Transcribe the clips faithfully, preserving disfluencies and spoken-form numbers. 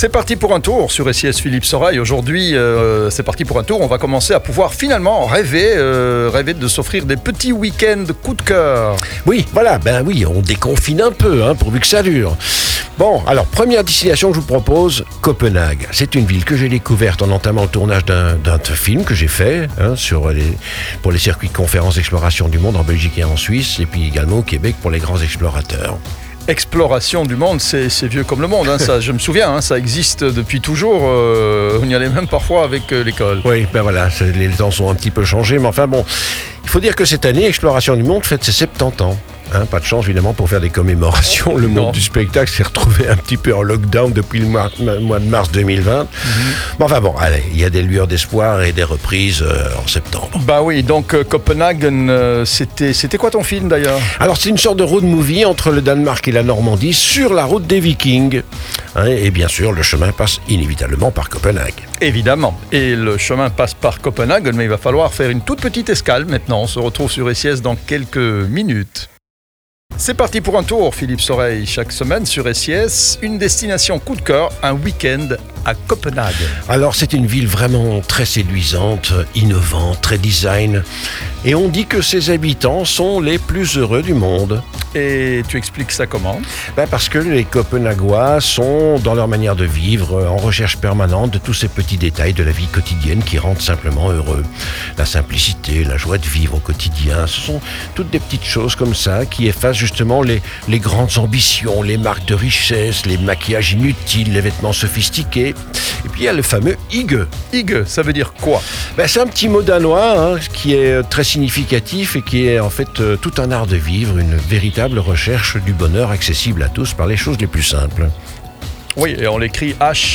C'est parti pour un tour sur S I S Philippe Soreille. Aujourd'hui, euh, c'est parti pour un tour. On va commencer à pouvoir finalement rêver, euh, rêver de s'offrir des petits week-ends coup de cœur. Oui, voilà, ben oui, on déconfine un peu, hein, pourvu que ça dure. Bon, alors, première destination que je vous propose, Copenhague. C'est une ville que j'ai découverte en entamant le tournage d'un, d'un film que j'ai fait hein, sur les, pour les circuits de conférences d'exploration du monde en Belgique et en Suisse, et puis également au Québec pour les grands explorateurs. Exploration du monde, c'est, c'est vieux comme le monde. Hein, ça, je me souviens, hein, ça existe depuis toujours. Euh, on y allait même parfois avec euh, l'école. Oui, ben voilà, les temps sont un petit peu changés, mais enfin bon, il faut dire que cette année, Exploration du monde fête ses soixante-dix ans. Hein, pas de chance évidemment pour faire des commémorations. Le monde non. du spectacle s'est retrouvé un petit peu en lockdown depuis le mois, mois de mars deux mille vingt. Mm-hmm. Mais enfin bon, allez, il y a des lueurs d'espoir et des reprises euh, en septembre. Bah oui, donc euh, Copenhagen, euh, c'était, c'était quoi ton film d'ailleurs ? Alors c'est une sorte de road movie entre le Danemark et la Normandie sur la route des Vikings. Hein, et bien sûr, le chemin passe inévitablement par Copenhague. Évidemment. Et le chemin passe par Copenhague, mais il va falloir faire une toute petite escale maintenant. On se retrouve sur S I S dans quelques minutes. C'est parti pour un tour, Philippe Soreille. Chaque semaine sur S I S, une destination coup de cœur, un week-end à Copenhague. Alors c'est une ville vraiment très séduisante, innovante, très design. Et on dit que ses habitants sont les plus heureux du monde. Et tu expliques ça comment ? Ben parce que les Copenhaguois sont, dans leur manière de vivre, en recherche permanente de tous ces petits détails de la vie quotidienne qui rendent simplement heureux. La simplicité, la joie de vivre au quotidien, ce sont toutes des petites choses comme ça qui effacent justement les, les grandes ambitions, les marques de richesse, les maquillages inutiles, les vêtements sophistiqués. Et puis il y a le fameux hygge. Hygge, ça veut dire quoi ? Ben, c'est un petit mot danois hein, qui est très significatif et qui est en fait euh, tout un art de vivre, une véritable recherche du bonheur accessible à tous par les choses les plus simples. Oui, et on l'écrit H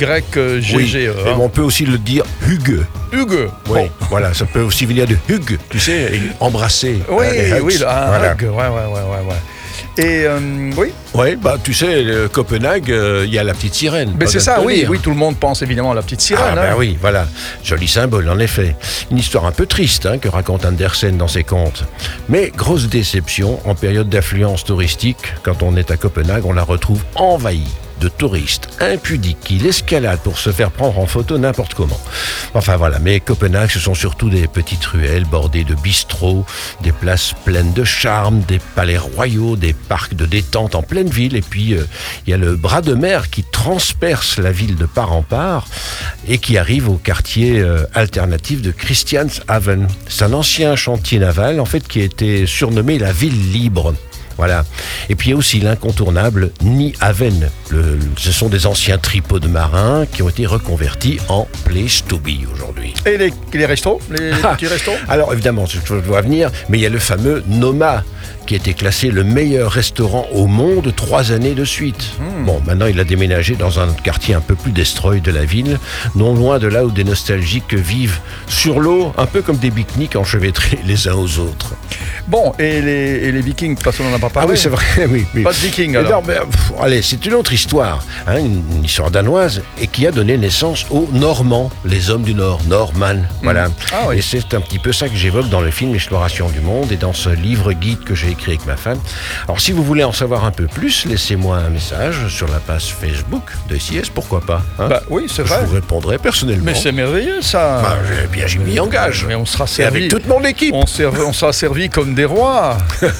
Y G G E. Oui, hein. Et on peut aussi le dire hygge. Hygge. Oui, bon. Voilà, ça peut aussi venir de hug, tu sais, embrasser. Oui, hein, oui, un voilà. hug, ouais, ouais, ouais, ouais, ouais. Et euh, oui. Oui, bah tu sais, le Copenhague, il euh, y a la petite sirène. Mais c'est ça, oui, oui, tout le monde pense évidemment à la petite sirène. Ah, ben hein. oui, voilà, joli symbole en effet. Une histoire un peu triste hein, que raconte Andersen dans ses contes. Mais grosse déception, en période d'affluence touristique, quand on est à Copenhague, on la retrouve envahie de touristes impudiques qui l'escaladent pour se faire prendre en photo n'importe comment. Enfin voilà, mais Copenhague, ce sont surtout des petites ruelles bordées de bistrots, des places pleines de charme, des palais royaux, des parcs de détente en pleine ville, et puis il euh, y a le bras de mer qui transperce la ville de part en part et qui arrive au quartier euh, alternatif de Christianshavn. C'est un ancien chantier naval, en fait, qui a été surnommé la ville libre. Voilà. Et puis il y a aussi l'incontournable Nyhavn. Le, ce sont des anciens tripots de marins qui ont été reconvertis en place to be aujourd'hui. Et les, les restos, les, les Ah, petits restos. Alors évidemment, je dois venir, mais il y a le fameux Noma qui a été classé le meilleur restaurant au monde trois années de suite. Mmh. Bon, maintenant il a déménagé dans un quartier un peu plus destroy de la ville, non loin de là où des nostalgiques vivent sur l'eau, un peu comme des pique-niques enchevêtrés les uns aux autres. Bon, et les, et les Vikings, parce qu'on n'en a pas parlé. Ah oui, c'est vrai, oui. oui. Pas de Vikings alors. Non, mais, pff, allez, c'est une autre histoire, hein, une, une histoire danoise, et qui a donné naissance aux Normands, les hommes du Nord, Norman, mmh. voilà. Ah, oui. Et c'est un petit peu ça que j'évoque dans le film Exploration du monde et dans ce livre guide que j'ai écrit avec ma femme. Alors, si vous voulez en savoir un peu plus, laissez-moi un message sur la page Facebook de S I S, pourquoi pas hein. Bah oui, c'est vrai. Je vous répondrai personnellement. Mais c'est merveilleux ça. Bah, j'ai, bien, je m'y engage. Mais on sera Et servi. avec toute mon équipe. On, ser- on sera servi comme des rois.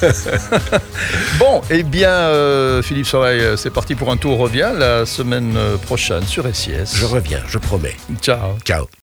Bon, eh bien, euh, Philippe Soreille, c'est parti pour un tour. Revient la semaine prochaine sur S I S. Je reviens, je promets. Ciao. Ciao.